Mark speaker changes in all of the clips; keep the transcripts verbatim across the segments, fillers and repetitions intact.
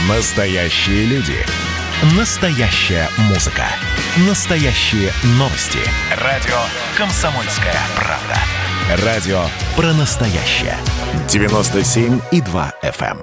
Speaker 1: Настоящие люди. Настоящая музыка. Настоящие новости. Радио «Комсомольская правда». Радио про настоящее. девяносто семь и два эф эм.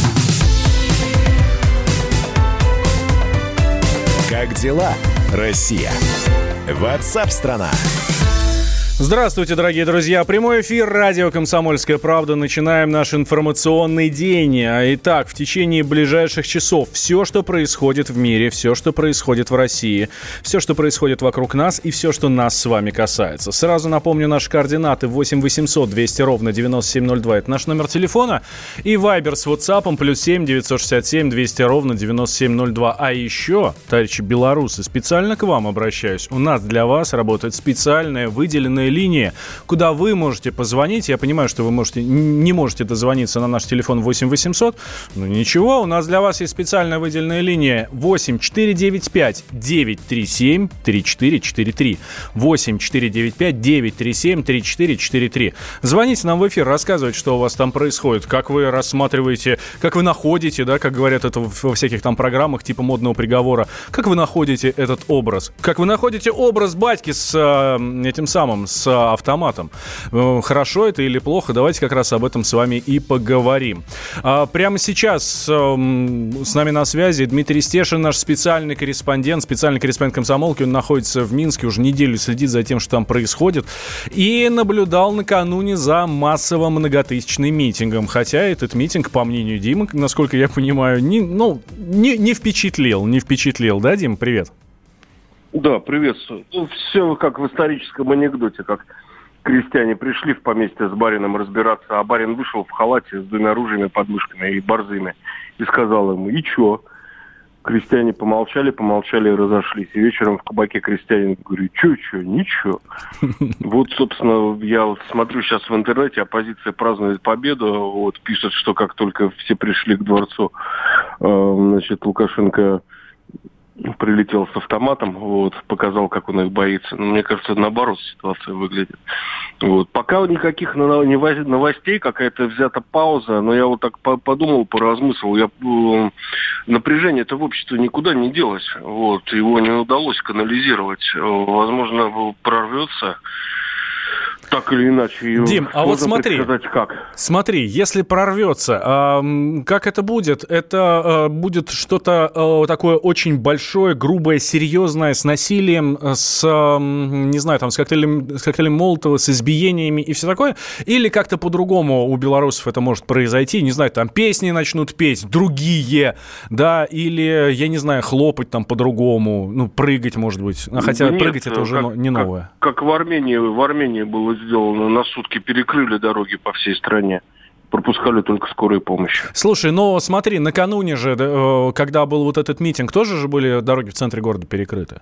Speaker 1: Как дела, Россия? Ватсап-страна!
Speaker 2: Здравствуйте, дорогие друзья. Прямой эфир радио «Комсомольская правда». Начинаем наш информационный день. Итак, в течение ближайших часов все, что происходит в мире, все, что происходит в России, все, что происходит вокруг нас и все, что нас с вами касается. Сразу напомню наши координаты: восемь восемьсот двести ровно девяносто семь ноль два. Это наш номер телефона. И Вайбер с WhatsApp плюс семь девятьсот шестьдесят семь двести ровно девяносто семь ноль два. А еще, товарищи белорусы, специально к вам обращаюсь. У нас для вас работает специальная выделенная линия, куда вы можете позвонить. Я понимаю, что вы можете, не можете дозвониться на наш телефон восемь восемьсот. Ну ничего, у нас для вас есть специальная выделенная линия восемь четыре девять пять девять три семь три четыре четыре три. восемь четыре девять пять девять три семь три четыре четыре три. Звоните нам в эфир, рассказывайте, что у вас там происходит, как вы рассматриваете, как вы находите, да, как говорят это во всяких там программах типа «Модного приговора», как вы находите этот образ, как вы находите образ батьки с э, этим самым, с автоматом. Хорошо это или плохо? Давайте как раз об этом с вами и поговорим. А, прямо сейчас а, с нами на связи Дмитрий Стешин, наш специальный корреспондент, специальный корреспондент «Комсомолки». Он находится в Минске, уже неделю следит за тем, что там происходит, и наблюдал накануне за массовым многотысячным митингом. Хотя этот митинг, по мнению Димы, насколько я понимаю, не, ну, не, не впечатлил. Не впечатлил, да, Дим? Привет.
Speaker 3: Да, приветствую. Ну, все как в историческом анекдоте, как крестьяне пришли в поместье с барином разбираться, а барин вышел в халате с двумя ружьями под мышками и борзыми и сказал ему: и чё? Крестьяне помолчали, помолчали и разошлись. И вечером в кабаке крестьянин говорит: чё, чё, ничего. Вот, собственно, я смотрю сейчас в интернете, оппозиция празднует победу. Вот, пишет, что как только все пришли к дворцу, значит, Лукашенко прилетел с автоматом, вот, показал, как он их боится. Но мне кажется, наоборот ситуация выглядит. Вот. Пока никаких новостей, какая-то взята пауза, но я вот так подумал, поразмыслил, я, э, напряжение-то в обществе никуда не делось. Вот. Его не удалось канализировать. Возможно, прорвется. Так или иначе.
Speaker 2: Дим, а вот смотри,
Speaker 3: как.
Speaker 2: смотри, если прорвется, э, как это будет? Это э, будет что-то э, такое очень большое, грубое, серьезное, с насилием, с, э, не знаю, там, с коктейлем, с коктейлем Молотова, с избиениями и все такое? Или как-то по-другому у белорусов это может произойти? Не знаю, там песни начнут петь, другие, да, или, я не знаю, хлопать там по-другому, ну, прыгать, может быть. Хотя
Speaker 3: Нет,
Speaker 2: прыгать это уже
Speaker 3: как,
Speaker 2: не новое.
Speaker 3: Как, как в Армении, в Армении было сделано, на сутки перекрыли дороги по всей стране. Пропускали только скорую помощь.
Speaker 2: Слушай, ну смотри, накануне же, когда был вот этот митинг, тоже же были дороги в центре города перекрыты?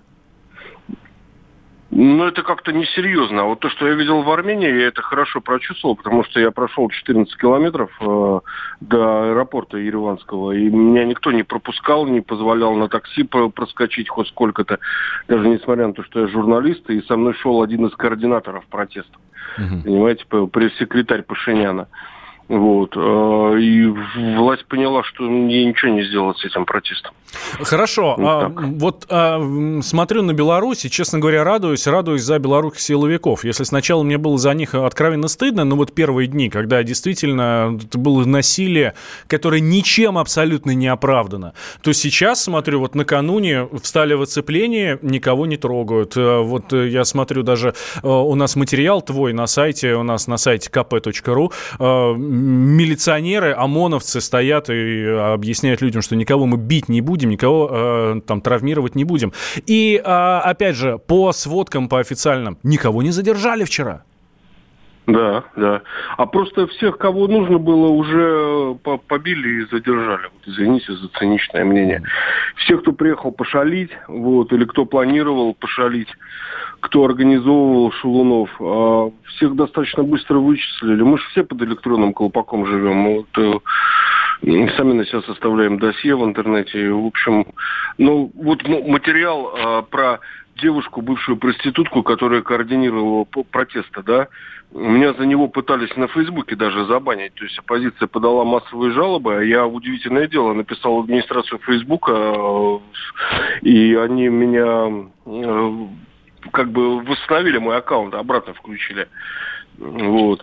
Speaker 3: Ну, это как-то несерьезно. А вот то, что я видел в Армении, я это хорошо прочувствовал, потому что я прошел четырнадцать километров э, до аэропорта Ереванского, и меня никто не пропускал, не позволял на такси проскочить хоть сколько-то, даже несмотря на то, что я журналист, и со мной шел один из координаторов протеста. Uh-huh. Понимаете, пресс-секретарь Пашиняна. Вот. И власть поняла, что ей ничего не сделать с этим протестом.
Speaker 2: Хорошо.
Speaker 3: Вот,
Speaker 2: а, вот а, смотрю на Беларусь и, честно говоря, радуюсь, радуюсь за белорусских силовиков. Если сначала мне было за них откровенно стыдно, но вот первые дни, когда действительно это было насилие, которое ничем абсолютно не оправдано, то сейчас, смотрю, вот накануне встали в оцепление, никого не трогают. Вот я смотрю, даже у нас материал твой на сайте, у нас на сайте ка пэ точка ру, милиционеры, ОМОНовцы стоят и объясняют людям, что никого мы бить не будем, никого э, там травмировать не будем. И, э, опять же, по сводкам, по официальным, никого не задержали вчера.
Speaker 3: Да, да. А просто всех, кого нужно было, уже побили и задержали. Вот, извините за циничное мнение. Всех, кто приехал пошалить, вот, или кто планировал пошалить, кто организовывал шалунов, всех достаточно быстро вычислили. Мы же все под электронным колпаком живем. Мы вот, сами на себя составляем досье в интернете. В общем, ну вот материал про девушку, бывшую проститутку, которая координировала протесты, да, меня за него пытались на Фейсбуке даже забанить. То есть оппозиция подала массовые жалобы, а я, удивительное дело, написал в администрацию Фейсбука, и они меня как бы восстановили мой аккаунт, обратно включили. Вот.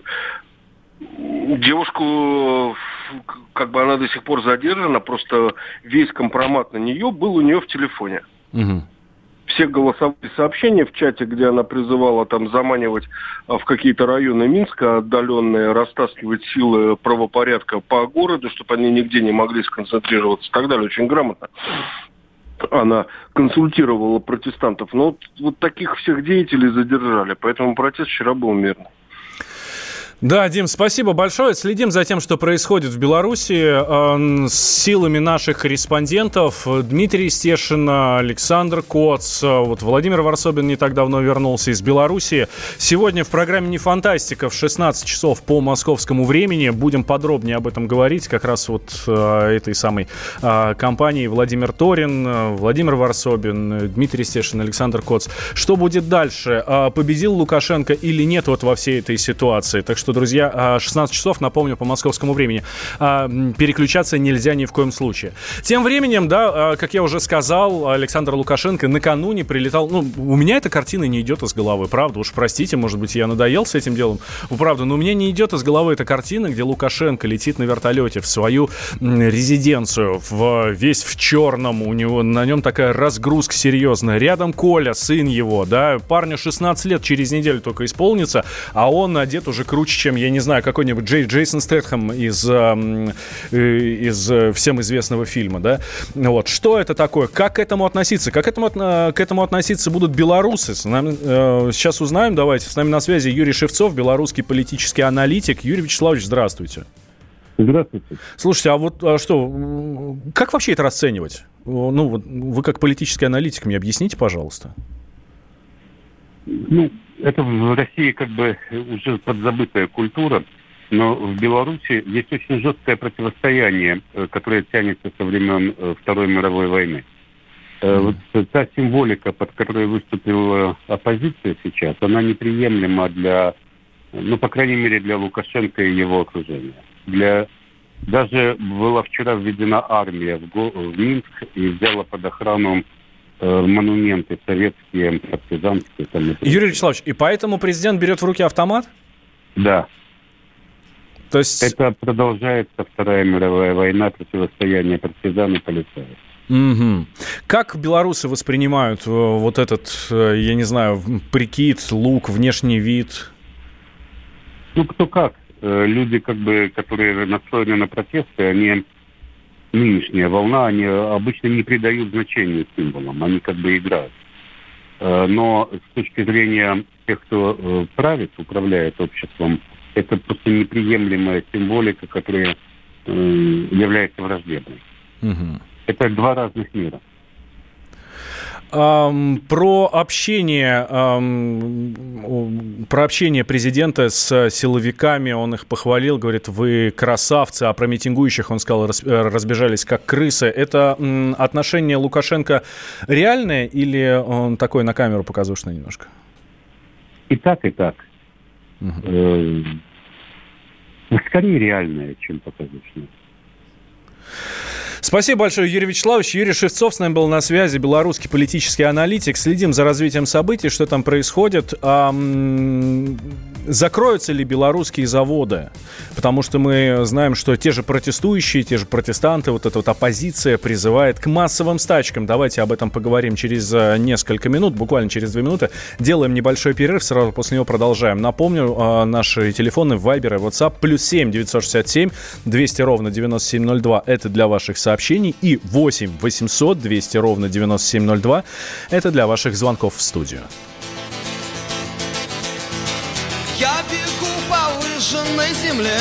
Speaker 3: Девушку, как бы она до сих пор задержана, просто весь компромат на нее был у нее в телефоне. Угу. Все голосовые сообщения в чате, где она призывала там заманивать в какие-то районы Минска отдаленные, растаскивать силы правопорядка по городу, чтобы они нигде не могли сконцентрироваться и так далее. Очень грамотно она консультировала протестантов. Но вот, вот таких всех деятелей задержали, поэтому протест вчера был мирный.
Speaker 2: Да, Дим, спасибо большое. Следим за тем, что происходит в Беларуси э, с силами наших корреспондентов. Дмитрий Стешин, Александр Коц, вот Владимир Варсобин не так давно вернулся из Беларуси. Сегодня в программе «Не фантастика» в шестнадцать часов по московскому времени будем подробнее об этом говорить. Как раз вот э, этой самой э, компании Владимир Торин, э, Владимир Варсобин, Дмитрий Стешин, Александр Коц. Что будет дальше? Э, победил Лукашенко или нет вот во всей этой ситуации? Так что, друзья, шестнадцать часов, напомню, по московскому времени. Переключаться нельзя ни в коем случае. Тем временем, да, как я уже сказал, Александр Лукашенко накануне прилетал... Ну, у меня эта картина не идет из головы, правда. Уж простите, может быть, я надоел с этим делом. Правда, но у меня не идет из головы эта картина, где Лукашенко летит на вертолете в свою резиденцию, в, весь в черном, у него на нем такая разгрузка серьезная. Рядом Коля, сын его, да, парню шестнадцать лет через неделю только исполнится, а он одет уже круче, чем, я не знаю, какой-нибудь Джей, Джейсон Стэтхэм из, э, из всем известного фильма, да? Вот. Что это такое? Как к этому относиться? Как к этому, к этому относиться будут белорусы? С нами, э, сейчас узнаем, давайте. С нами на связи Юрий Шевцов, белорусский политический аналитик. Юрий Вячеславович, здравствуйте.
Speaker 4: Здравствуйте.
Speaker 2: Слушайте, а вот а что, как вообще это расценивать? Ну, вот вы как политический аналитик мне объясните, пожалуйста.
Speaker 4: Ну, это в России как бы уже подзабытая культура, но в Беларуси есть очень жесткое противостояние, которое тянется со времен Второй мировой войны. Mm-hmm. Вот та символика, под которой выступила оппозиция сейчас, она неприемлема для, ну, по крайней мере, для Лукашенко и его окружения. Для... Даже была вчера введена армия в, Го... в Минск и взяла под охрану монументы советские, партизанские. Там,
Speaker 2: Юрий Вячеславович, и поэтому президент берет в руки автомат?
Speaker 4: Да.
Speaker 2: То есть...
Speaker 4: Это продолжается Вторая мировая война, противостояние партизан и полицаев.
Speaker 2: Угу. Как белорусы воспринимают вот этот, я не знаю, прикид, лук, внешний вид?
Speaker 4: Ну, кто как. Люди, как бы, которые настроены на протесты, они... Нынешняя волна, они обычно не придают значения символам, они как бы играют. Но с точки зрения тех, кто правит, управляет обществом, это просто неприемлемая символика, которая является враждебной. Угу. Это два разных мира.
Speaker 2: Um, про общение um, про общение президента с силовиками, он их похвалил, говорит, вы красавцы, а про митингующих он сказал, разбежались как крысы. Это um, отношение Лукашенко реальное или он такой на камеру показушный немножко?
Speaker 4: И так, и так. Uh-huh. Э, скорее реальное, чем показушное.
Speaker 2: Спасибо большое, Юрий Вячеславович. Юрий Шевцов с нами был на связи, белорусский политический аналитик. Следим за развитием событий, что там происходит. А, м- закроются ли белорусские заводы? Потому что мы знаем, что те же протестующие, те же протестанты, вот эта вот оппозиция призывает к массовым стачкам. Давайте об этом поговорим через несколько минут, буквально через две минуты. Делаем небольшой перерыв, сразу после него продолжаем. Напомню, наши телефоны в Viber и WhatsApp плюс семь девятьсот шестьдесят семь двести ровно девяносто семь ноль два. Это для ваших сообщений. И восемь восемьсот двести ровно девяносто семь ноль два. Это для ваших звонков в студию.
Speaker 5: Я бегу по выжженной земле,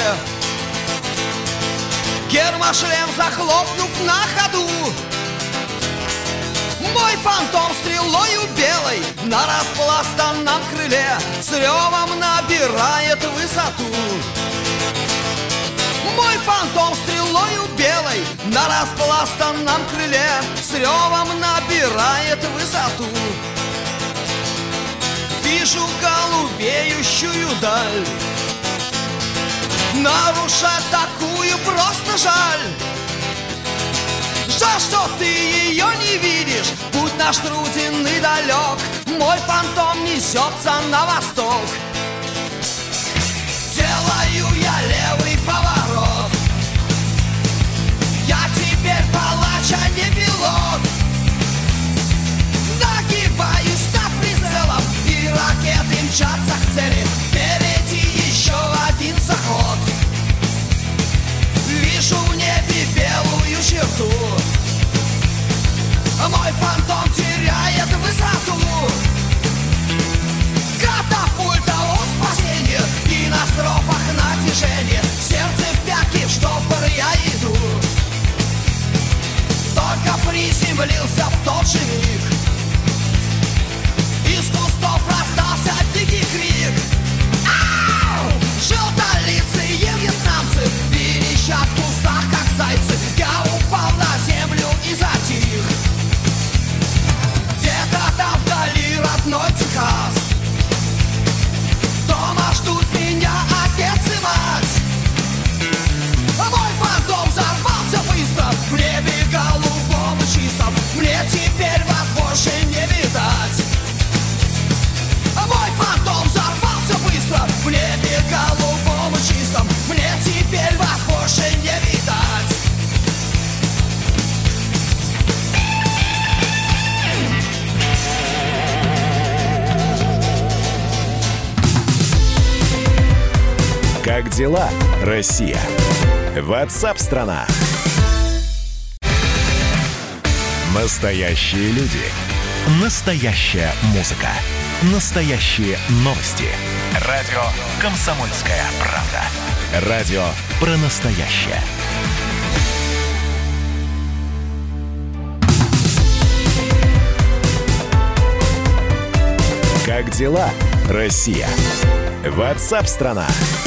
Speaker 5: гермошлем захлопнув на ходу. Мой фантом стрелою белой на распластанном крыле с ревом набирает высоту. Мой фантом стрелою белой на распластанном крыле с ревом набирает высоту. вижу голубеющую даль. Нарушать такую просто жаль. Жаль, что ты ее не видишь. Путь наш труден и далек. Мой фантом несется на восток. Делаю я левый поворот. Я теперь палач, а не пилот. Нагибаюсь над прицелом, и ракеты мчатся к цели. Впереди еще один заход. Вижу в небе белую черту. Мой фантом теряет высоту. Катапульта о спасении, и на стропах натяжение. Сердце в пятки, в штопор я иду. Только приземлился в тот же миг. Из кустов раздался дикий крик. Ау! Желтолицые вьетнамцы верещат в кустах, как зайцы. Я упал на землю и затих. Где-то там вдали родной Техас. Дома ждут меня отец и мать. Мой фантом взорвался быстро в небе голубом и чистом. Мне теперь вас больше не видать. Мой фантом взорвался быстро в небе голубом и чистом. Мне теперь вас больше не видать.
Speaker 1: Как дела, Россия? Ватсап-страна! Настоящие люди. Настоящая музыка. Настоящие новости. Радио «Комсомольская правда». Радио про настоящее. Как дела, Россия? Ватсап-страна!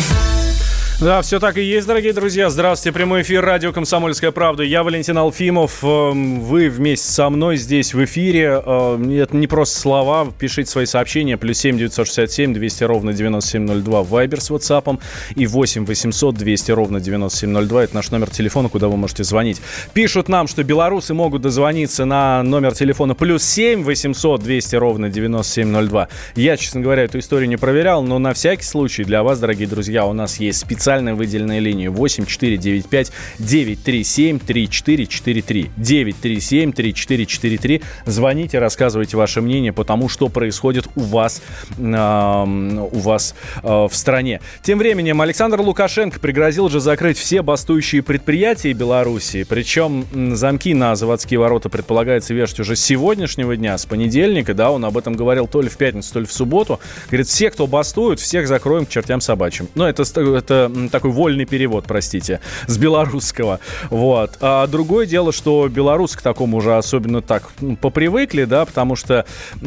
Speaker 2: Да, все так и есть, дорогие друзья. Здравствуйте, прямой эфир радио «Комсомольская правда». Я Валентин Алфимов. Вы вместе со мной здесь в эфире. Это не просто слова. Пишите свои сообщения. Плюс семь девятьсот шестьдесят семь двести ровно девяносто семь ноль два в Вайбер с WhatsApp. И восемь восемьсот двести ровно девяносто семь ноль два. Это наш номер телефона, куда вы можете звонить. Пишут нам, что белорусы могут дозвониться на номер телефона плюс семь восемьсот двести ровно девяносто семь ноль два. Я, честно говоря, эту историю не проверял, но на всякий случай для вас, дорогие друзья, у нас есть специальный Специальная выделенная линия восемь четыре девять пять девять три семь три четыре четыре три. девять три семь три четыре четыре три. Звоните, рассказывайте ваше мнение по тому, что происходит у вас, э, у вас э, в стране. Тем временем Александр Лукашенко пригрозил же закрыть все бастующие предприятия Беларуси. Причем замки на заводские ворота предполагается вешать уже с сегодняшнего дня, с понедельника. Да, он об этом говорил то ли в пятницу, то ли в субботу. Говорит, все, кто бастует, всех закроем к чертям собачьим. Но это, это такой вольный перевод, простите, с белорусского. Вот. А другое дело, что белорусы к такому уже особенно так попривыкли, да, потому что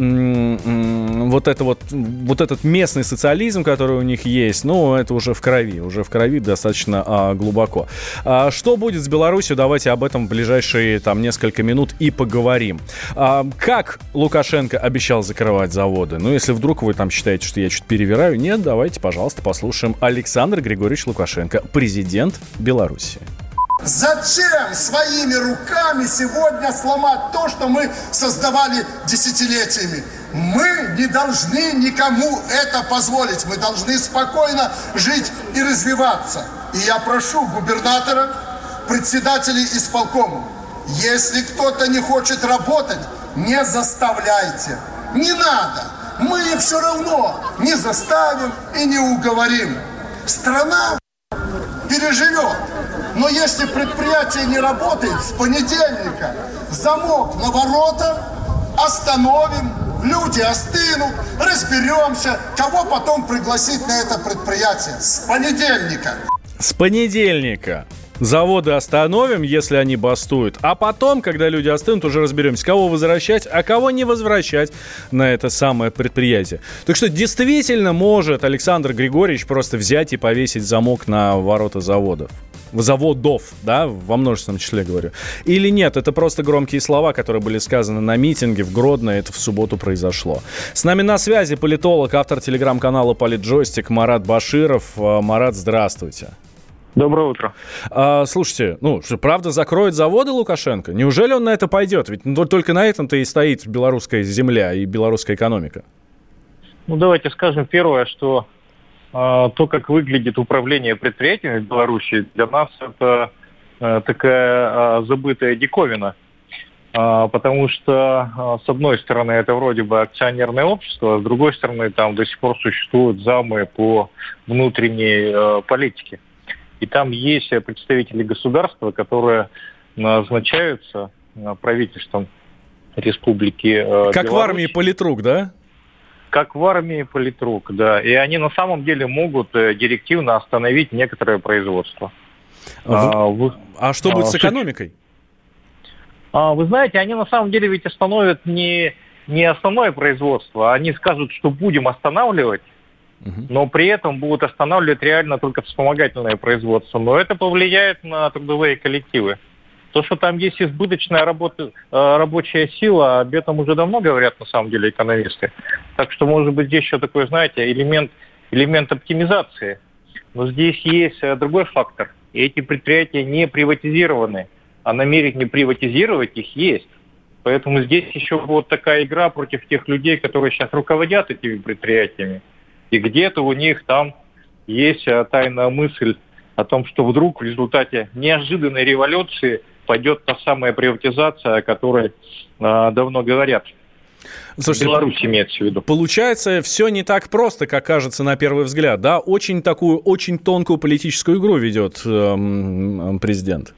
Speaker 2: м-м, вот, это вот, вот этот местный социализм, который у них есть, ну, это уже в крови, уже в крови достаточно а, глубоко. А, что будет с Беларусью, давайте об этом в ближайшие там несколько минут и поговорим. А, как Лукашенко обещал закрывать заводы? Ну, если вдруг вы там считаете, что я что-то перевираю, нет, давайте, пожалуйста, послушаем Александр Григорьевич Лукашенко, президент Беларуси.
Speaker 6: Зачем своими руками сегодня сломать то, что мы создавали десятилетиями? Мы не должны никому это позволить. Мы должны спокойно жить и развиваться. И я прошу губернатора, председателей исполкома, если кто-то не хочет работать, не заставляйте. Не надо. Мы их все равно не заставим и не уговорим. Страна переживет. Но если предприятие не работает, с понедельника замок на ворота остановим, люди остынут, разберемся, кого потом пригласить на это предприятие. С понедельника.
Speaker 2: С понедельника. Заводы остановим, если они бастуют, а потом, когда люди остынут, уже разберемся, кого возвращать, а кого не возвращать на это самое предприятие. Так что действительно может Александр Григорьевич просто взять и повесить замок на ворота заводов. заводов, да, во множественном числе говорю. Или нет, это просто громкие слова, которые были сказаны на митинге в Гродно, это в субботу произошло. С нами на связи политолог, автор телеграм-канала «Политджойстик» Марат Баширов. Марат, здравствуйте.
Speaker 7: Доброе утро.
Speaker 2: А, слушайте, ну, правда закроет заводы Лукашенко? Неужели он на это пойдет? Ведь ну, только на этом-то и стоит белорусская земля и белорусская экономика.
Speaker 7: Ну, давайте скажем первое, что э, то, как выглядит управление предприятиями в Беларуси, для нас это э, такая э, забытая диковина. Э, потому что, э, с одной стороны, это вроде бы акционерное общество, а с другой стороны, там до сих пор существуют замы по внутренней э, политике. И там есть представители государства, которые назначаются правительством Республики Беларусь.
Speaker 2: Как в армии политрук, да?
Speaker 7: Как в армии политрук, да. И они на самом деле могут директивно остановить некоторое производство.
Speaker 2: А, вы... а что будет а, с экономикой?
Speaker 7: А, вы знаете, они на самом деле ведь остановят не, не основное производство, они скажут, что будем останавливать, но при этом будут останавливать реально только вспомогательное производство. Но это повлияет на трудовые коллективы. То, что там есть избыточная работа, рабочая сила, об этом уже давно говорят на самом деле экономисты. Так что, может быть, здесь еще такой, знаете, элемент, элемент оптимизации. Но здесь есть другой фактор. И эти предприятия не приватизированы, а намерение приватизировать их есть. Поэтому здесь еще вот такая игра против тех людей, которые сейчас руководят этими предприятиями. И где-то у них там есть тайная мысль о том, что вдруг в результате неожиданной революции пойдет та самая приватизация, о которой э, давно говорят.
Speaker 2: Слушайте,
Speaker 7: Беларусь имеется в виду.
Speaker 2: Получается, все не так просто, как кажется на первый взгляд, да? Очень такую, очень тонкую политическую игру ведет э, президент.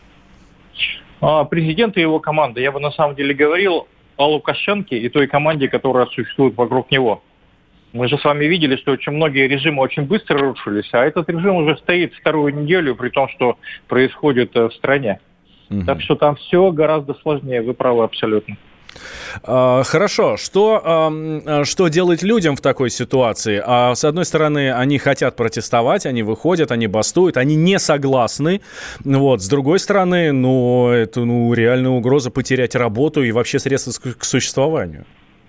Speaker 7: А, президент и его команда. Я бы на самом деле говорил о Лукашенке и той команде, которая существует вокруг него. Мы же с вами видели, что очень многие режимы очень быстро рушились, а этот режим уже стоит вторую неделю, при том, что происходит в стране. Угу. Так что там все гораздо сложнее, вы правы абсолютно.
Speaker 2: А, хорошо, что, а, что делать людям в такой ситуации? А, с одной стороны, они хотят протестовать, они выходят, они бастуют, они не согласны. Вот. С другой стороны, ну, это ну, реальная угроза потерять работу и вообще средства к существованию.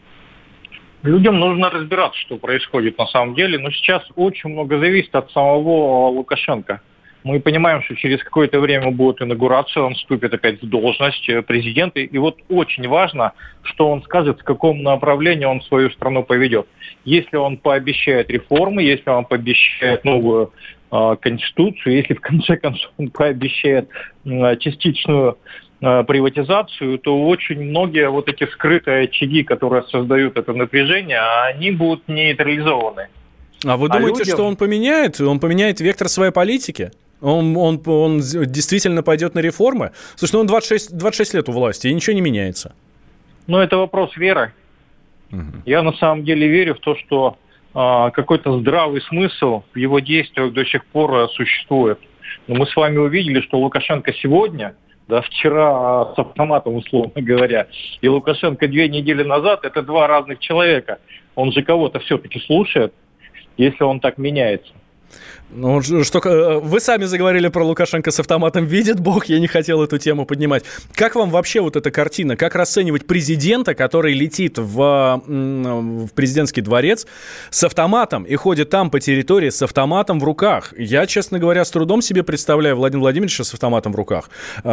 Speaker 7: Людям нужно разбираться, что происходит на самом деле, но сейчас очень много зависит от самого Лукашенко. Мы понимаем, что через какое-то время будет инаугурация, он вступит опять в должность президента, и вот очень важно, что он скажет, в каком направлении он свою страну поведет. Если он пообещает реформы, если он пообещает новую э, конституцию, если в конце концов он пообещает э, частичную приватизацию, то очень многие вот эти скрытые очаги, которые создают это напряжение, они будут нейтрализованы.
Speaker 2: А вы думаете, а людям... что он поменяет? Он поменяет вектор своей политики? Он, он, он действительно пойдет на реформы? Слушай, ну он двадцать шесть, двадцать шесть лет у власти, и ничего не меняется.
Speaker 7: Ну, это вопрос веры. Угу. Я на самом деле верю в то, что а, какой-то здравый смысл в его действиях до сих пор а, существует. Но мы с вами увидели, что Лукашенко сегодня... Да, вчера с автоматом, условно говоря, и Лукашенко две недели назад, это два разных человека. Он же кого-то все-таки слушает, если он так меняется.
Speaker 2: Ну, что, вы сами заговорили про Лукашенко с автоматом, видит Бог, я не хотел эту тему поднимать. Как вам вообще вот эта картина? Как расценивать президента, который летит в, в президентский дворец с автоматом и ходит там по территории с автоматом в руках? Я, честно говоря, с трудом себе представляю Владимира Владимировича с автоматом в руках.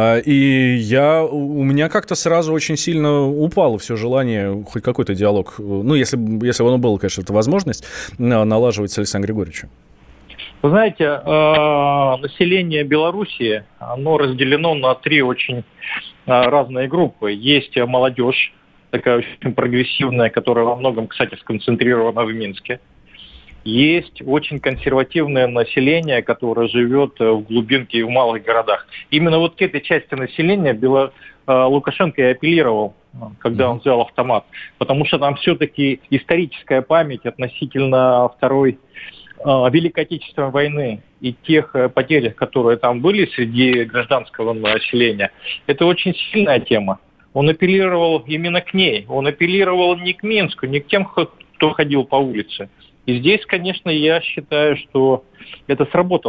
Speaker 2: И я, у меня как-то сразу очень сильно упало все желание хоть какой-то диалог, ну, если, если бы оно было, конечно, это возможность, налаживать с Александром Григорьевичем.
Speaker 7: Вы знаете, э, население Белоруссии, оно разделено на три очень э, разные группы. Есть молодежь, такая очень прогрессивная, которая во многом, кстати, сконцентрирована в Минске. Есть очень консервативное население, которое живет в глубинке и в малых городах. Именно вот к этой части населения Бело... э, Лукашенко и апеллировал, когда он взял автомат. Потому что там все-таки историческая память относительно второй Великой Отечественной войны и тех потерь, которые там были среди гражданского населения, это очень сильная тема. Он апеллировал именно к ней. Он апеллировал не к Минску, не к тем, кто ходил по улице. И здесь, конечно, я считаю, что это сработало.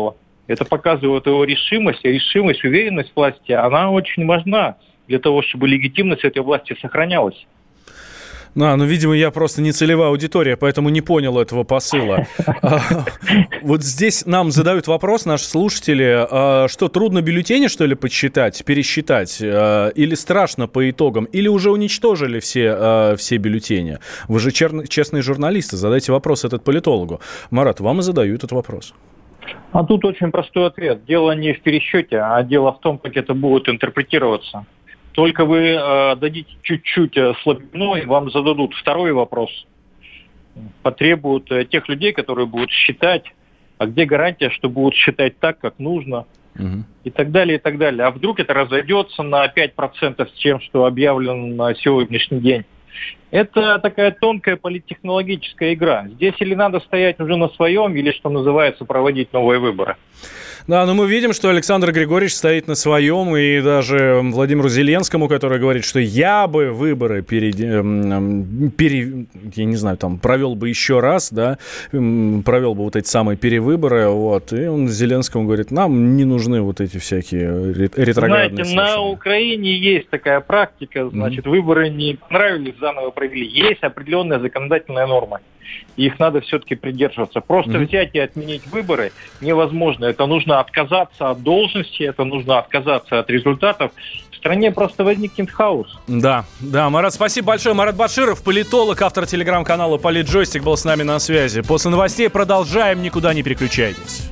Speaker 7: Это показывает его решимость, и решимость, уверенность власти, она очень важна для того, чтобы легитимность этой власти сохранялась.
Speaker 2: А, ну, видимо, я просто не целевая аудитория, поэтому не понял этого посыла. Вот здесь нам задают вопрос наши слушатели, что, трудно бюллетени, что ли, подсчитать, пересчитать? Или страшно по итогам? Или уже уничтожили все, все бюллетени? Вы же чер- честные журналисты, задайте вопрос этот политологу. Марат, вам и задаю этот вопрос.
Speaker 7: А тут очень простой ответ. Дело не в пересчете, а дело в том, как это будет интерпретироваться. Только вы э, дадите чуть-чуть слабину, и вам зададут второй вопрос. Потребуют э, тех людей, которые будут считать, а где гарантия, что будут считать так, как нужно, угу. и так далее, и так далее. А вдруг это разойдется на пять процентов с тем, что объявлено на сегодняшний день. Это такая тонкая политтехнологическая игра. Здесь или надо стоять уже на своем, или, что называется, проводить новые выборы.
Speaker 2: Да, но мы видим, что Александр Григорьевич стоит на своем, и даже Владимиру Зеленскому, который говорит, что я бы выборы пере, пере, я не знаю, там, провел бы еще раз, да, провел бы вот эти самые перевыборы, вот, и он Зеленскому говорит, нам не нужны вот эти всякие ретроградные.
Speaker 7: Знаете, совершенно. На Украине есть такая практика, значит, mm-hmm. выборы не понравились, заново провели. Есть определенная законодательная норма. Их надо все-таки придерживаться. Просто mm-hmm. взять и отменить выборы невозможно. Это нужно отказаться от должности, это нужно отказаться от результатов. В стране просто возникнет хаос.
Speaker 2: Да, да, Марат, спасибо большое. Марат Баширов, политолог, автор телеграм-канала «Политджойстик», был с нами на связи. После новостей продолжаем, никуда не переключайтесь.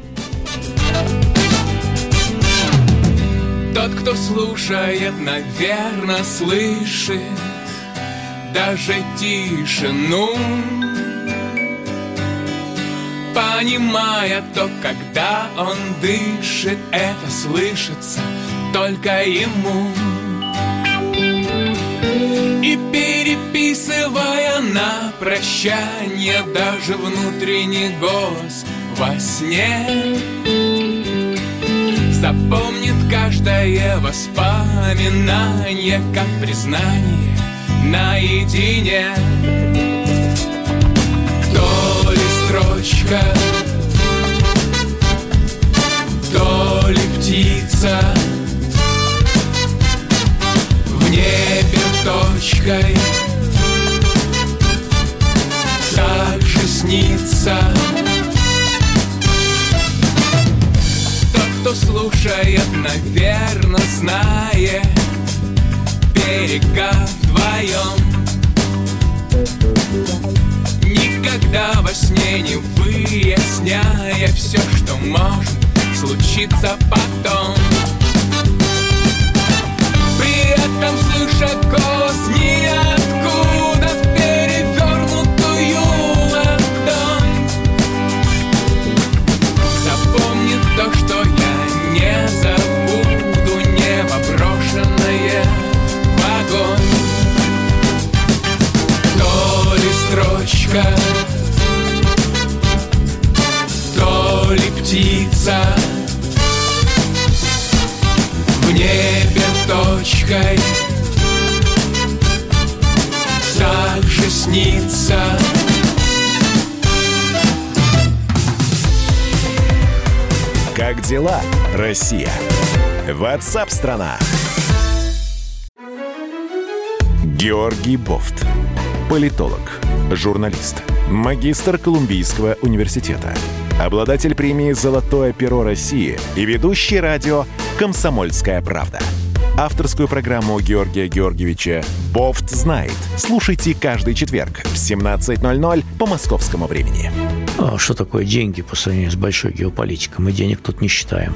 Speaker 8: Тот, кто слушает, наверно, слышит даже тишину, понимая то, когда он дышит, это слышится только ему. И переписывая на прощание даже внутренний голос во сне, запомнит каждое воспоминание как признание наедине. То ли строчка, то ли птица, в небе точкой так же снится. Тот, кто слушает, наверно, знает берега вдвоем. Никогда во сне не выясняя все, что может случиться потом. При этом слыша голос ниоткуда в перевернутую ладонь. Запомнит то, что я не забуду, небо брошенное в огонь. То ли строчка, то ли птица, в небе точкой так же снится.
Speaker 1: Как дела, Россия? WhatsApp-страна. Георгий Бофт. Политолог, журналист, магистр Колумбийского университета, обладатель премии «Золотое перо России» и ведущий радио «Комсомольская правда». Авторскую программу Георгия Георгиевича «Бофт знает». Слушайте каждый четверг в семнадцать ноль ноль по московскому времени.
Speaker 9: А что такое деньги по сравнению с большой геополитикой? Мы денег тут не считаем.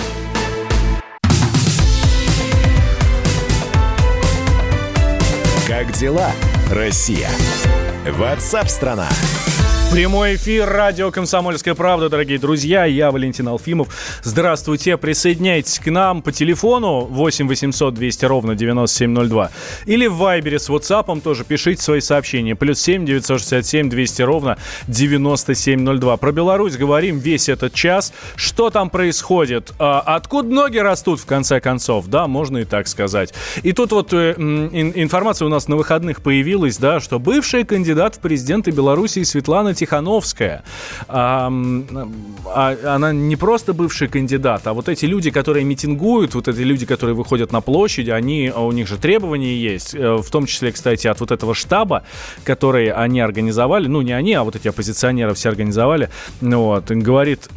Speaker 1: Как дела, Россия? WhatsApp-страна.
Speaker 2: Прямой эфир, радио «Комсомольская правда», дорогие друзья, я Валентин Алфимов. Здравствуйте, присоединяйтесь к нам по телефону восемь восемьсот двести ровно девяносто семь ноль два или в Вайбере с WhatsApp тоже пишите свои сообщения. Плюс семь девятьсот шестьдесят семь двести ровно девяносто семь ноль два. Про Беларусь говорим весь этот час. Что там происходит? А, откуда ноги растут, в конце концов? Да, можно и так сказать. И тут вот э, ин- информация у нас на выходных появилась, да, что бывшая кандидат в президенты Беларуси Светлана Тихановская Тихановская, а, а, она не просто бывший кандидат, а вот эти люди, которые митингуют, вот эти люди, которые выходят на площади, они, у них же требования есть, в том числе, кстати, от вот этого штаба, который они организовали, ну, не они, а вот эти оппозиционеры все организовали, вот, говорит...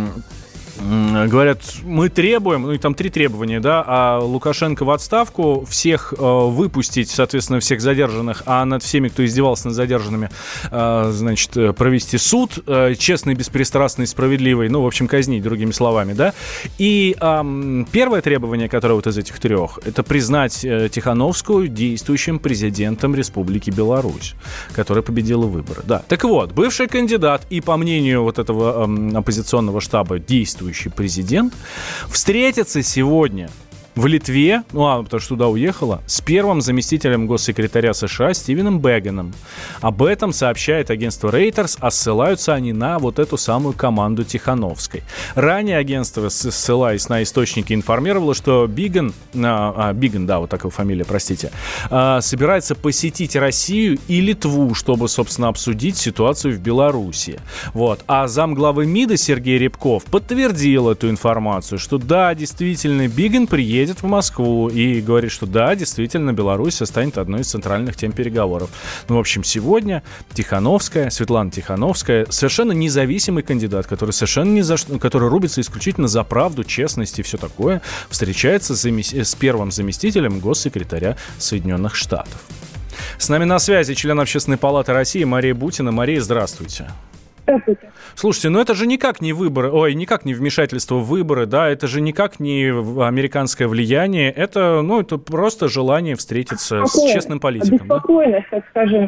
Speaker 2: Говорят, мы требуем, ну и там три требования, да, а Лукашенко в отставку, всех э, выпустить, соответственно, всех задержанных, а над всеми, кто издевался над задержанными, э, значит, провести суд, э, честный, беспристрастный, справедливый, ну, в общем, казнить, другими словами, да. И э, первое требование, которое вот из этих трех, это признать э, Тихановскую действующим президентом Республики Беларусь, которая победила выборы, да. Так вот, бывший кандидат и, по мнению вот этого э, оппозиционного штаба, действующий президент, встретится сегодня в Литве, ну а потому что туда уехала, с первым заместителем госсекретаря США Стивеном Бэггеном. Об этом сообщает агентство Reuters, а ссылаются они на вот эту самую команду Тихановской. Ранее агентство, ссылаясь на источники, информировало, что Биган, а, а, Биган, да, вот такая фамилия, простите, а, собирается посетить Россию и Литву, чтобы, собственно, обсудить ситуацию в Беларуси. Вот. А замглавы МИДа Сергей Рябков подтвердил эту информацию, что да, действительно, Биган приедет едет в Москву и говорит, что да, действительно, Беларусь станет одной из центральных тем переговоров. Ну, в общем, сегодня Тихановская, Светлана Тихановская, совершенно независимый кандидат, который совершенно не за что, который рубится исключительно за правду, честность и все такое, встречается с, замес... с первым заместителем госсекретаря Соединенных Штатов. С нами на связи член Общественной палаты России Мария Бутина. Мария, здравствуйте.
Speaker 10: Здравствуйте.
Speaker 2: Слушайте, ну это же никак не выборы, ой, никак не вмешательство в выборы, да, это же никак не американское влияние, это, ну, это просто желание встретиться с честным политиком.
Speaker 10: Беспокойность, да? Так скажем,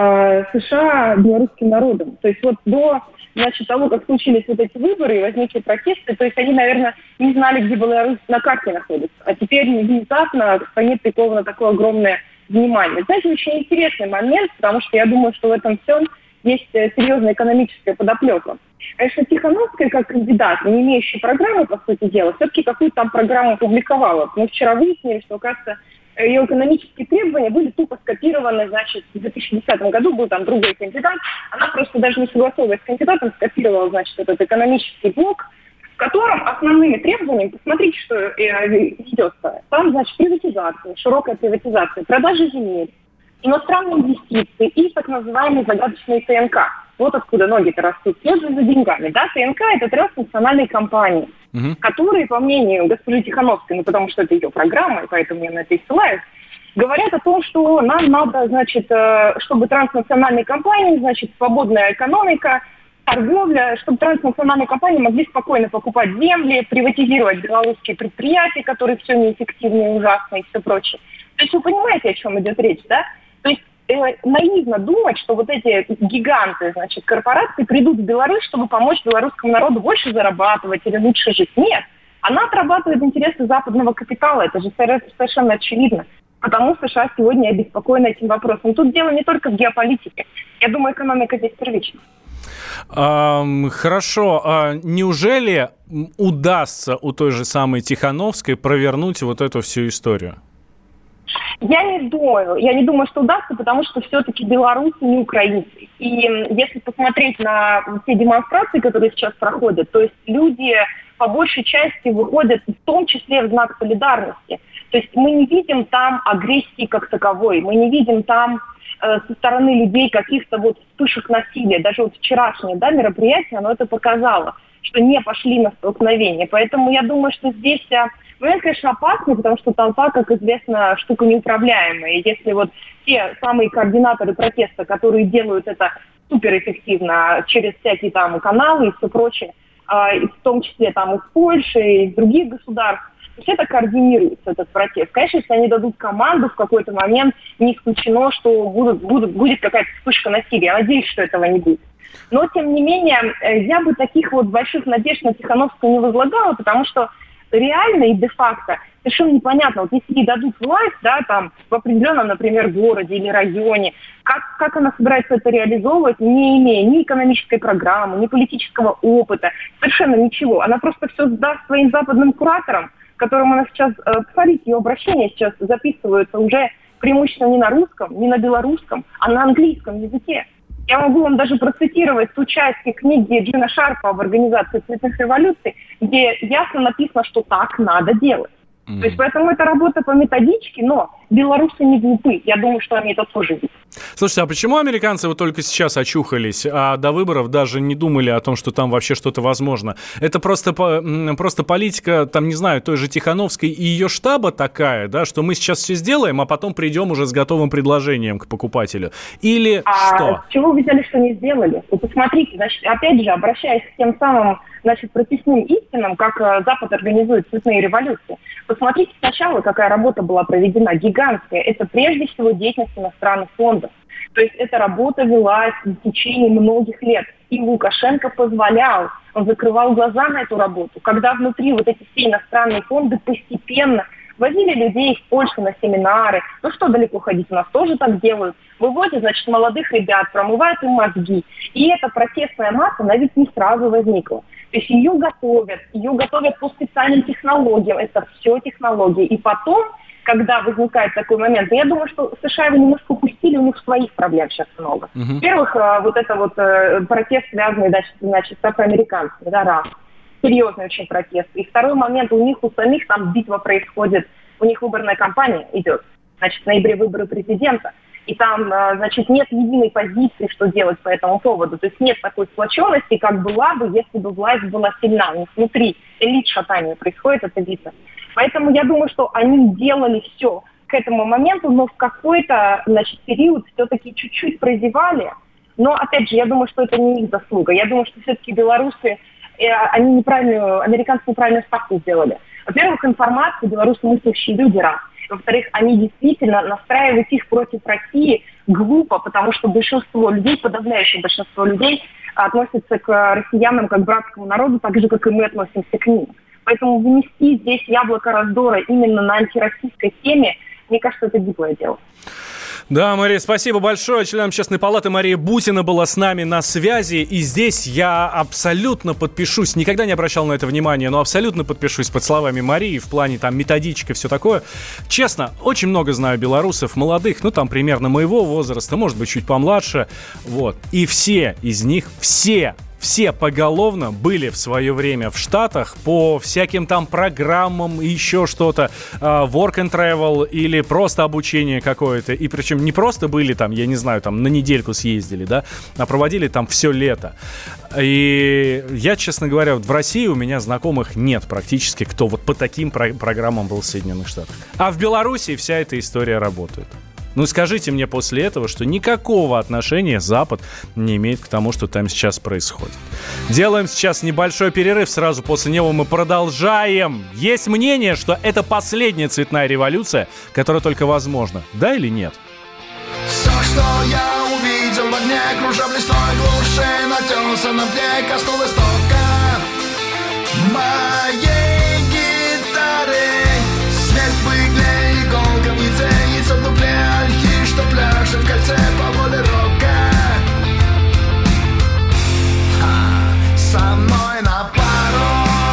Speaker 10: США белорусским народом. То есть вот до, значит, того, как случились вот эти выборы и возникли протесты, то есть они, наверное, не знали, где Беларусь на карте находится. А теперь внезапно к стране приковано такое огромное внимание. Знаете, очень интересный момент, потому что я думаю, что в этом всем есть серьезная экономическая подоплека. Конечно, Тихановская, как кандидат, не имеющий программы, по сути дела, все-таки какую-то там программу публиковала. Мы вчера выяснили, что, оказывается, ее экономические требования были тупо скопированы, значит, в две тысячи десятом году был там другой кандидат, она просто даже не согласовываясь с кандидатом, скопировала, значит, этот экономический блок, в котором основными требованиями, посмотрите, что э, ведется, там, значит, приватизация, широкая приватизация, продажа земель, иностранные инвестиции и так называемые загадочные ТНК. Вот откуда ноги-то растут. Следуют за деньгами. Да? ТНК – это транснациональные компании, uh-huh. которые, по мнению госпожи Тихановской, ну потому что это ее программа, и поэтому я на это и ссылаюсь, говорят о том, что нам надо, значит, чтобы транснациональные компании, значит, свободная экономика, торговля, чтобы транснациональные компании могли спокойно покупать земли, приватизировать белорусские предприятия, которые все неэффективны и ужасны и все прочее. То есть вы понимаете, о чем идет речь, да? То есть э, наивно думать, что вот эти гиганты, значит, корпорации придут в Беларусь, чтобы помочь белорусскому народу больше зарабатывать или лучше жить. Нет. Она отрабатывает интересы западного капитала. Это же совершенно очевидно. Потому США сегодня обеспокоены этим вопросом. Тут дело не только в геополитике. Я думаю, экономика здесь первична.
Speaker 2: Um, хорошо. Uh, неужели удастся у той же самой Тихановской провернуть вот эту всю историю?
Speaker 10: Я не думаю. Я не думаю, что удастся, потому что все-таки белорусы не украинцы. И если посмотреть на все демонстрации, которые сейчас проходят, то есть люди по большей части выходят в том числе в знак солидарности. То есть мы не видим там агрессии как таковой, мы не видим там э, со стороны людей каких-то вот вспышек насилия. Даже вот вчерашнее, да, мероприятие, оно это показало, что не пошли на столкновение. Поэтому я думаю, что здесь момент, конечно, опасный, потому что толпа, как известно, штука неуправляемая. И если вот те самые координаторы протеста, которые делают это суперэффективно через всякие там каналы и все прочее, э, в том числе там из Польши, и из других государств, то есть это координируется, этот протест. Конечно, если они дадут команду в какой-то момент, не исключено, что будут, будут, будет какая-то вспышка насилия. Я надеюсь, что этого не будет. Но, тем не менее, я бы таких вот больших надежд на Тихановскую не возлагала, потому что реально и де-факто совершенно непонятно, вот если ей дадут власть, да, там, в определенном, например, городе или районе, как, как она собирается это реализовывать, не имея ни экономической программы, ни политического опыта, совершенно ничего. Она просто все сдаст своим западным кураторам, которым она сейчас, посмотрите, ее обращения сейчас записываются уже преимущественно не на русском, не на белорусском, а на английском языке. Я могу вам даже процитировать ту часть книги Джина Шарпа об организации цветных революций, где ясно написано, что так надо делать. Mm-hmm. То есть поэтому это работа по методичке, но белорусы не глупы. Я думаю, что они это тоже видят.
Speaker 2: Слушайте, а почему американцы вот только сейчас очухались, а до выборов даже не думали о том, что там вообще что-то возможно? Это просто, просто политика, там, не знаю, той же Тихановской и ее штаба такая, да, что мы сейчас все сделаем, а потом придем уже с готовым предложением к покупателю? Или
Speaker 10: а
Speaker 2: что?
Speaker 10: С чего вы взяли, что не сделали? Вы посмотрите, значит, опять же, обращаясь к тем самым, значит, прописным истинам, как Запад организует цветные революции. Посмотрите сначала, какая работа была проведена, гигантская. Это прежде всего деятельность иностранных фондов. То есть эта работа велась в течение многих лет. И Лукашенко позволял, он закрывал глаза на эту работу. Когда внутри вот эти все иностранные фонды постепенно возили людей из Польши на семинары. Ну что далеко ходить, у нас тоже так делают. Выводят, значит, молодых ребят, промывают им мозги. И эта протестная масса, она ведь не сразу возникла. То есть ее готовят, ее готовят по специальным технологиям. Это все технологии. И потом, когда возникает такой момент, я думаю, что США его немножко упустили, у них своих проблем сейчас много. Uh-huh. Во-первых, вот это вот протест, связанный, значит, с афроамериканцами, да, раз. Серьезный очень протест. И второй момент, у них у самих там битва происходит, у них выборная кампания идет, значит, в ноябре выборы президента, и там, значит, нет единой позиции, что делать по этому поводу. То есть нет такой сплоченности, как была бы, если бы власть была сильна. У них внутри элит шатания происходит эта битва. Поэтому я думаю, что они делали все к этому моменту, но в какой-то, значит, период все-таки чуть-чуть прозевали. Но, опять же, я думаю, что это не их заслуга. Я думаю, что все-таки белорусы, они неправильную, американцы неправильную ставку сделали. Во-первых, информация, белорусы мыслящие люди, раз. Во-вторых, они действительно настраивают их против России глупо, потому что большинство людей, подавляющее большинство людей относятся к россиянам как к братскому народу, так же, как и мы относимся к ним. Поэтому вынести здесь яблоко раздора именно на антироссийской теме, мне кажется, это диплое дело.
Speaker 2: Да, Мария, спасибо большое. Член Общественной палаты Мария Бутина была с нами на связи. И здесь я абсолютно подпишусь, никогда не обращал на это внимания, но абсолютно подпишусь под словами Марии в плане там методичек и все такое. Честно, очень много знаю белорусов, молодых, ну там примерно моего возраста, может быть, чуть помладше. Вот. И все из них, все Все поголовно были в свое время в Штатах по всяким там программам и еще что-то, work and travel или просто обучение какое-то. И причем не просто были там, я не знаю, там на недельку съездили, да, а проводили там все лето. И я, честно говоря, вот в России у меня знакомых нет практически, кто вот по таким про- программам был в Соединенных Штатах. А в Беларуси вся эта история работает. Ну, скажите мне после этого, что никакого отношения Запад не имеет к тому, что там сейчас происходит. Делаем сейчас небольшой перерыв, сразу после него мы продолжаем. Есть мнение, что это последняя цветная революция, которая только возможна. Да или нет?
Speaker 5: Все, что я увидел в огне, кружа в лесной глуши, натёрся на дне, коснулась тока моей гитары. Смерть в игле, иголка в яйце, яйцо в дупле, ольхи, что пляшет в кольце по воле рока. Ха, со мной на пару.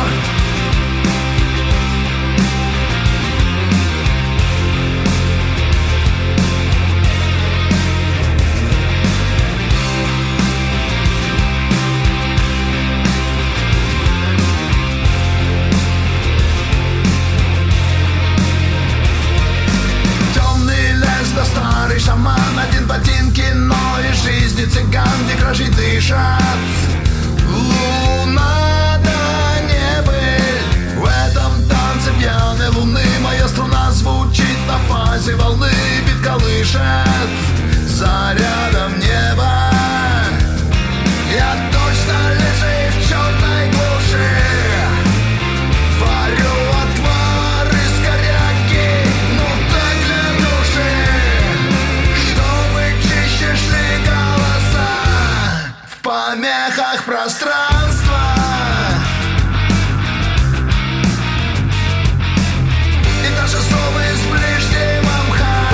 Speaker 5: Да старый шаман, один ботинки, но из жизни цыган, где кражи дышат. Луна да небыль, в этом танце пьяной луны моя струна звучит на фазе волны, бит колышет зарядом неба. Я точно лежу в черной глуши, варю отвар из коряги, ну так для души, чтобы чище шли голоса в помехах пространства. И даже совы с ближнего мха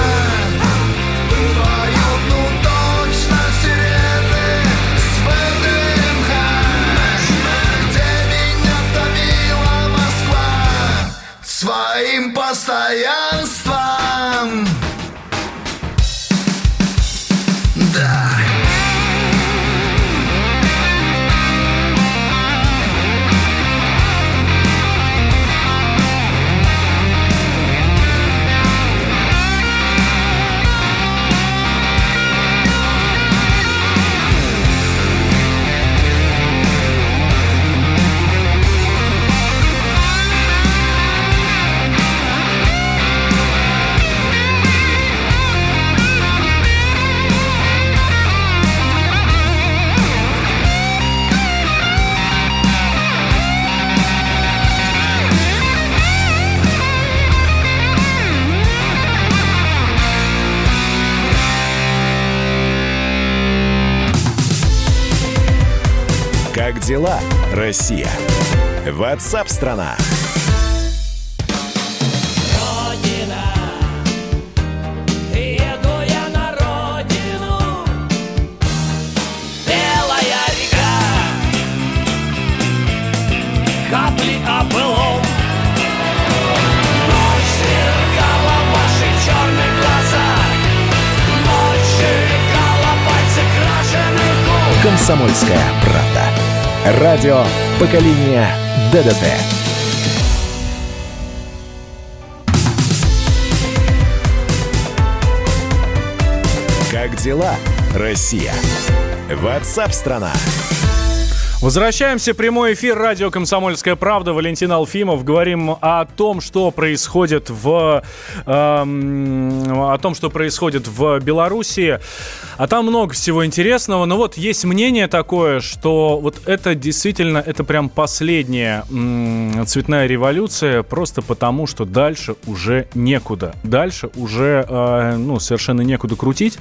Speaker 5: поют, ну точно сирены с ВДНХ, где меня томила Москва своим постоянством. Да.
Speaker 1: Как дела, Россия? WhatsApp-страна.
Speaker 5: Капли о былом. Ночь сверкала в ваших черных глазах. Ночь сверкала пальцы крашеных губ.
Speaker 1: Комсомольская правда. Радио поколения ДДТ. Как дела, Россия? WhatsApp-страна.
Speaker 2: Возвращаемся. Прямой эфир. Радио «Комсомольская правда». Валентин Алфимов. Говорим о том, что происходит в, э, о том, что происходит в Белоруссии. А там много всего интересного. Но вот есть мнение такое, что вот это действительно, это прям последняя м- цветная революция, просто потому, что дальше уже некуда. Дальше уже э, ну, совершенно некуда крутить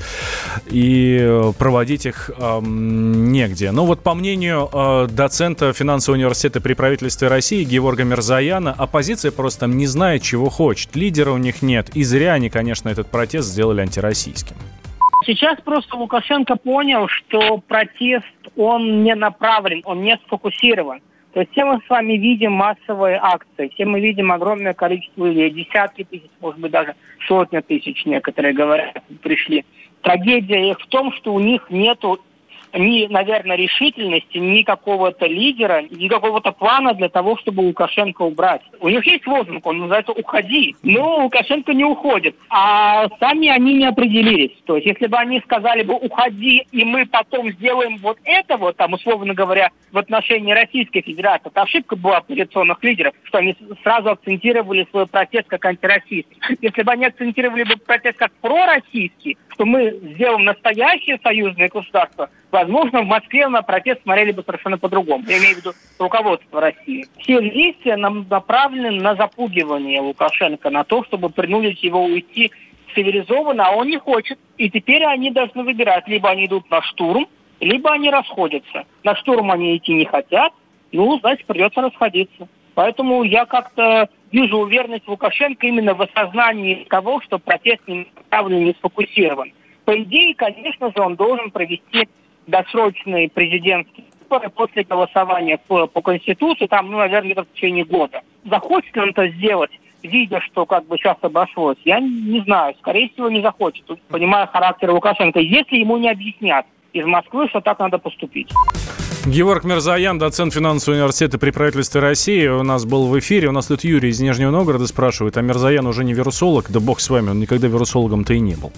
Speaker 2: и проводить их э, негде. Но вот по мнению э, доцента финансового университета при правительстве России Геворга Мирзояна, оппозиция просто не знает, чего хочет. Лидера у них нет. И зря они, конечно, этот протест сделали антироссийским.
Speaker 11: Сейчас просто Лукашенко понял, что протест, он не направлен, он не сфокусирован. То есть все мы с вами видим массовые акции, все мы видим огромное количество людей, десятки тысяч, может быть, даже сотни тысяч, некоторые говорят, пришли. Трагедия их в том, что у них нету ни, наверное, решительности, ни какого-то лидера, ни какого-то плана для того, чтобы Лукашенко убрать. У них есть лозунг, он называется «Уходи». Но Лукашенко не уходит. А сами они не определились. То есть, если бы они сказали бы «Уходи, и мы потом сделаем вот это вот», там, условно говоря, в отношении Российской Федерации, это ошибка была оппозиционных лидеров, что они сразу акцентировали свой протест как антироссийский. Если бы они акцентировали бы протест как пророссийский, что мы сделаем настоящее союзное государство, возможно, в Москве на протест смотрели бы совершенно по-другому. Я имею в виду руководство России. Все действия нам направлены на запугивание Лукашенко, на то, чтобы принудить его уйти цивилизованно, а он не хочет. И теперь они должны выбирать. Либо они идут на штурм, либо они расходятся. На штурм они идти не хотят, ну, значит, придется расходиться. Поэтому я как-то вижу уверенность Лукашенко именно в осознании того, что протест не направлен, не сфокусирован. По идее, конечно же, он должен провести досрочные президентские выборы после голосования по, по Конституции, там, ну, наверное, в течение года. Захочет ли он это сделать, видя, что как бы сейчас обошлось, я не знаю. Скорее всего, не захочет, понимая характер Лукашенко, если ему не объяснят из Москвы, что так надо поступить.
Speaker 2: Геворг Мирзоян, доцент финансового университета при правительстве России, у нас был в эфире. У нас тут Юрий из Нижнего Новгорода спрашивает, а Мирзоян уже не вирусолог? Да бог с вами, он никогда вирусологом-то и не был.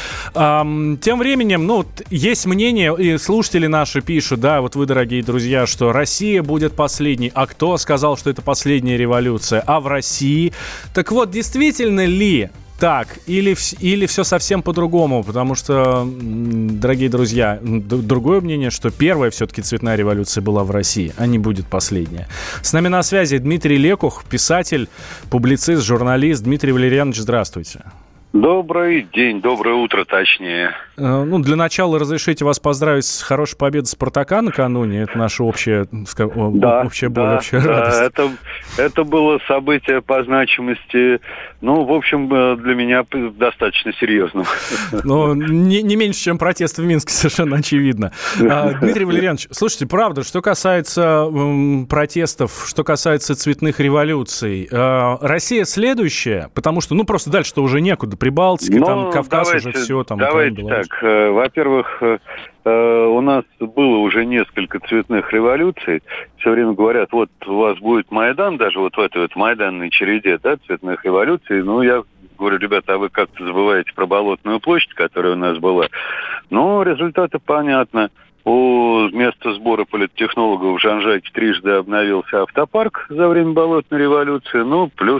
Speaker 2: А, тем временем, ну, есть мнение, и слушатели наши пишут, да, вот вы, дорогие друзья, что Россия будет последней. А кто сказал, что это последняя революция? А в России? Так вот, действительно ли так, или, или все совсем по-другому, потому что, дорогие друзья, другое мнение, что первая все-таки цветная революция была в России, а не будет последняя. С нами на связи Дмитрий Лекух, писатель, публицист, журналист. Дмитрий Валерьянович, здравствуйте.
Speaker 12: Добрый день, доброе утро, точнее.
Speaker 2: Ну, для начала разрешите вас поздравить с хорошей победой «Спартака» накануне. Это наша общая,
Speaker 12: да,
Speaker 2: общая боль,
Speaker 12: да,
Speaker 2: общая
Speaker 12: да,
Speaker 2: радость.
Speaker 12: Это, это было событие по значимости, ну, в общем, для меня достаточно серьезным.
Speaker 2: Ну, не, не меньше, чем протесты в Минске, совершенно очевидно. А, Дмитрий Валерьянович, слушайте, правда, что касается м, протестов, что касается цветных революций, э, Россия следующая, потому что, ну, просто дальше-то уже некуда. Прибалтика, ну, там Кавказ давайте, уже все, там
Speaker 12: давайте
Speaker 2: Украина,
Speaker 12: так. Э, во-первых, э, э, у нас было уже несколько цветных революций. Все время говорят, вот у вас будет Майдан, даже вот в этой вот майданной череде, да, цветных революций. Ну, я говорю, ребята, а вы как-то забываете про Болотную площадь, которая у нас была. Ну, результаты понятны. У места сбора политтехнологов в Жанжаке трижды обновился автопарк за время Болотной революции, ну, плюс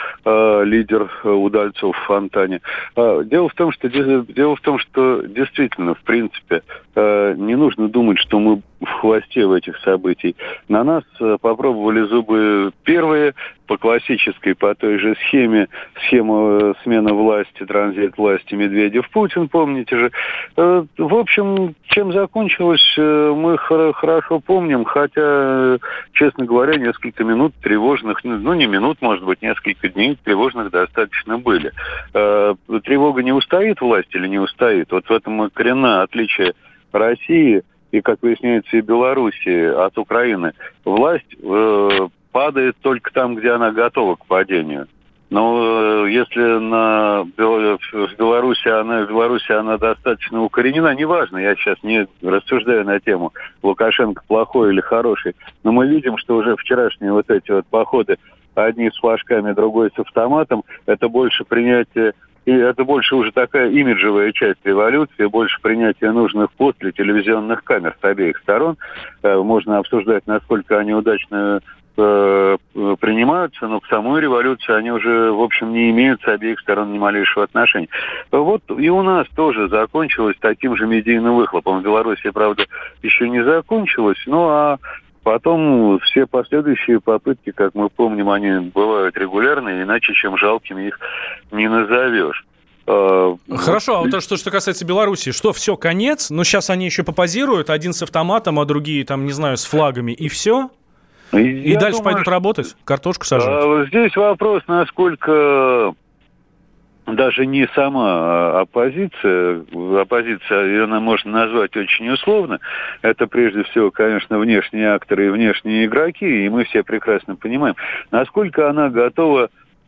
Speaker 12: э, лидер Удальцов в Фонтане. Э, дело в том, что дело в том, что действительно, в принципе, э, не нужно думать, что мы в хвосте в этих событий. На нас попробовали зубы первые, по классической, по той же схеме, схема смены власти, транзит власти Медведев-Путин, помните же. В общем, чем закончилось, мы хорошо помним, хотя, честно говоря, несколько минут тревожных, ну не минут, может быть, несколько дней тревожных достаточно были. Тревога не устоит власть или не устоит? Вот в этом коренное отличие России и, как выясняется, и Белоруссии от Украины. Власть э, падает только там, где она готова к падению. Но э, если на, в, Беларуси она, в Беларуси она достаточно укоренена, неважно, я сейчас не рассуждаю на тему, Лукашенко плохой или хороший, но мы видим, что уже вчерашние вот эти вот походы, одни с флажками, другой с автоматом, это больше принятие. И это больше уже такая имиджевая часть революции, больше принятия нужных после телевизионных камер с обеих сторон. Можно обсуждать, насколько они удачно э, принимаются, но к самой революции они уже, в общем, не имеют с обеих сторон ни малейшего отношения. Вот и у нас тоже закончилось таким же медийным выхлопом. В Беларуси, правда, еще не закончилось, ну а потом все последующие попытки, как мы помним, они бывают регулярные, иначе чем жалкими их не назовешь.
Speaker 2: Хорошо, а вот то, что, что касается Беларуси, что, все, конец? Ну, сейчас они еще попозируют, один с автоматом, а другие, там, не знаю, с флагами, и все? И Я дальше думаю, пойдут работать? Картошку сажать?
Speaker 12: Здесь вопрос, насколько... Даже не сама оппозиция, оппозиция, ее можно назвать очень условно, это прежде всего, конечно, внешние акторы и внешние игроки, и мы все прекрасно понимаем, насколько она готова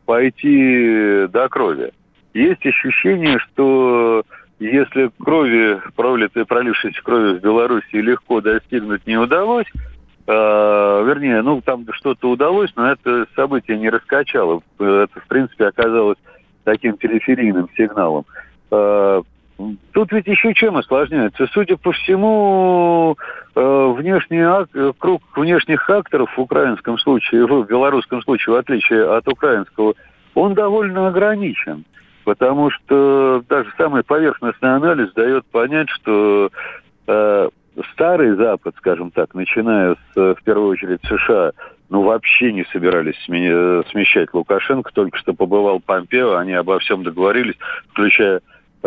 Speaker 12: пойти до крови. Есть ощущение, что если крови, пролитой, пролившейся крови в Беларуси легко достигнуть не удалось, Uh, вернее, ну, там что-то удалось, но это событие не раскачало. Это, в принципе, оказалось таким периферийным сигналом. Uh, тут ведь еще чем осложняется? Судя по всему, uh, внешний ак... круг внешних акторов в украинском случае, в белорусском случае, в отличие от украинского, он довольно ограничен. Потому что даже самый поверхностный анализ дает понять, что uh, Старый Запад, скажем так, начиная с, в первую очередь, США, ну, вообще не собирались смещать Лукашенко. Только что побывал Помпео, они обо всем договорились, включая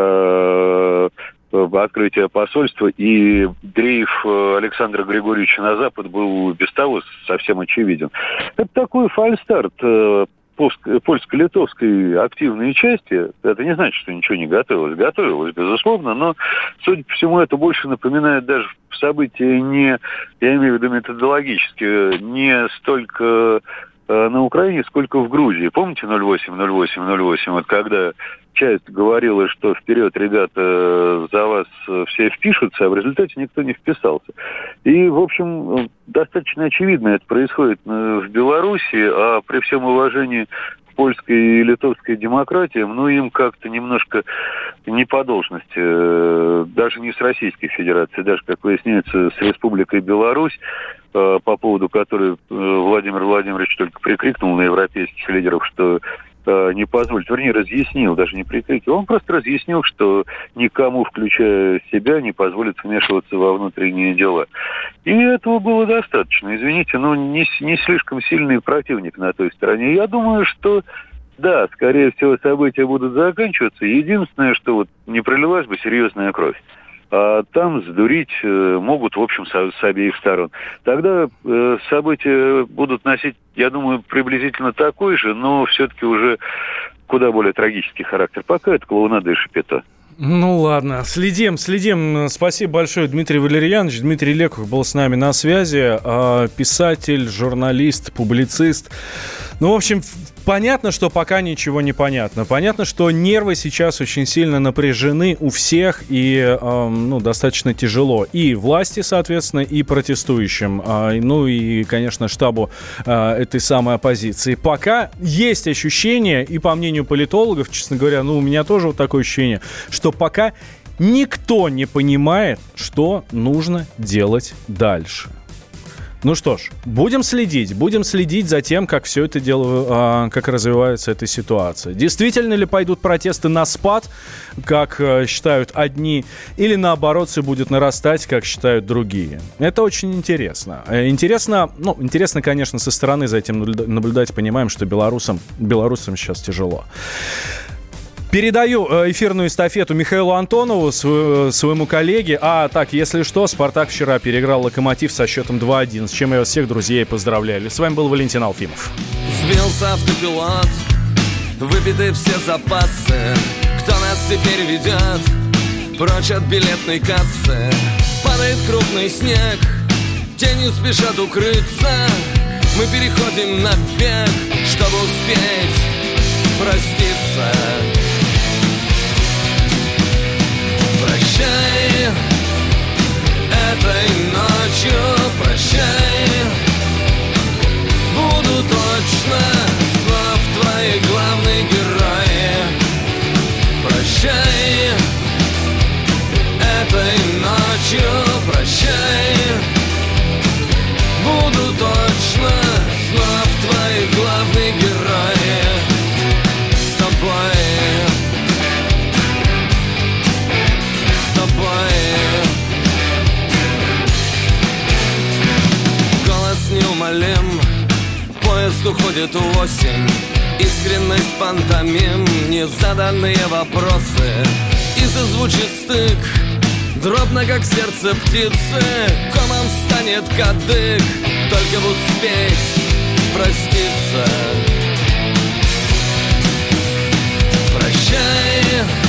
Speaker 12: э, открытие посольства. И дрейф Александра Григорьевича на Запад был без того совсем очевиден. Это такой фальстарт э, польско-литовской активной части. Это не значит, что ничего не готовилось. Готовилось, безусловно, но, судя по всему, это больше напоминает даже события не, я имею в виду методологически, не столько э, на Украине, сколько в Грузии. Помните ноль восемь ноль восемь ноль восемь? Вот когда часть говорила, что вперед, ребята, за вас все впишутся, а в результате никто не вписался. И, в общем, достаточно очевидно это происходит в Беларуси, а при всем уважении к польской и литовской демократиям, ну, им как-то немножко не по должности, даже не с Российской Федерацией, даже, как выясняется, с Республикой Беларусь, по поводу которой Владимир Владимирович только прикрикнул на европейских лидеров, что не позволит, вернее, разъяснил, даже не прикрикивал, он просто разъяснил, что никому, включая себя, не позволит вмешиваться во внутренние дела. И этого было достаточно. Извините, но не, не слишком сильный противник на той стороне. Я думаю, что да, скорее всего, события будут заканчиваться. Единственное, что вот не пролилась бы серьезная кровь. А там сдурить э, могут, в общем, со, с обеих сторон. Тогда э, события будут носить, я думаю, приблизительно такой же, но все-таки уже куда более трагический характер. Пока это клоунада и шапито.
Speaker 2: Ну ладно, следим, следим. Спасибо большое, Дмитрий Валерьянович. Дмитрий Леков был с нами на связи. Писатель, журналист, публицист. Ну, в общем, понятно, что пока ничего не понятно. Понятно, что нервы сейчас очень сильно напряжены у всех и э, ну, достаточно тяжело. И власти, соответственно, и протестующим. Э, ну и, конечно, штабу э, этой самой оппозиции. Пока есть ощущение, и по мнению политологов, честно говоря, ну у меня тоже вот такое ощущение, что пока никто не понимает, что нужно делать дальше. Ну что ж, будем следить, будем следить за тем, как все это дело, как развивается эта ситуация. Действительно ли пойдут протесты на спад, как считают одни, или наоборот все будет нарастать, как считают другие? Это очень интересно. Интересно, ну, интересно, конечно, со стороны за этим наблюдать, понимаем, что белорусам, белорусам сейчас тяжело. Передаю эфирную эстафету Михаилу Антонову, своему коллеге. А так, если что, «Спартак» вчера переиграл «Локомотив» со счетом два один, с чем я вас всех, друзей, поздравляю. С вами был Валентин Алфимов.
Speaker 13: Сбился автопилот, выпиты все запасы. Кто нас теперь ведет прочь от билетной кассы? Падает крупный снег, тенью спешат укрыться. Мы переходим на бег, чтобы успеть проститься. Прощай этой ночью, прощай. Буду точно снов твои главные герои. Прощай этой ночью, прощай. Буду точно снов твои главные герои. С тобой. Неумолим, поезд уходит в осень. Искренность пантомим, незаданные вопросы. И зазвучит стык, дробно, как сердце птицы. Комом станет кадык, только бы успеть проститься. Прощай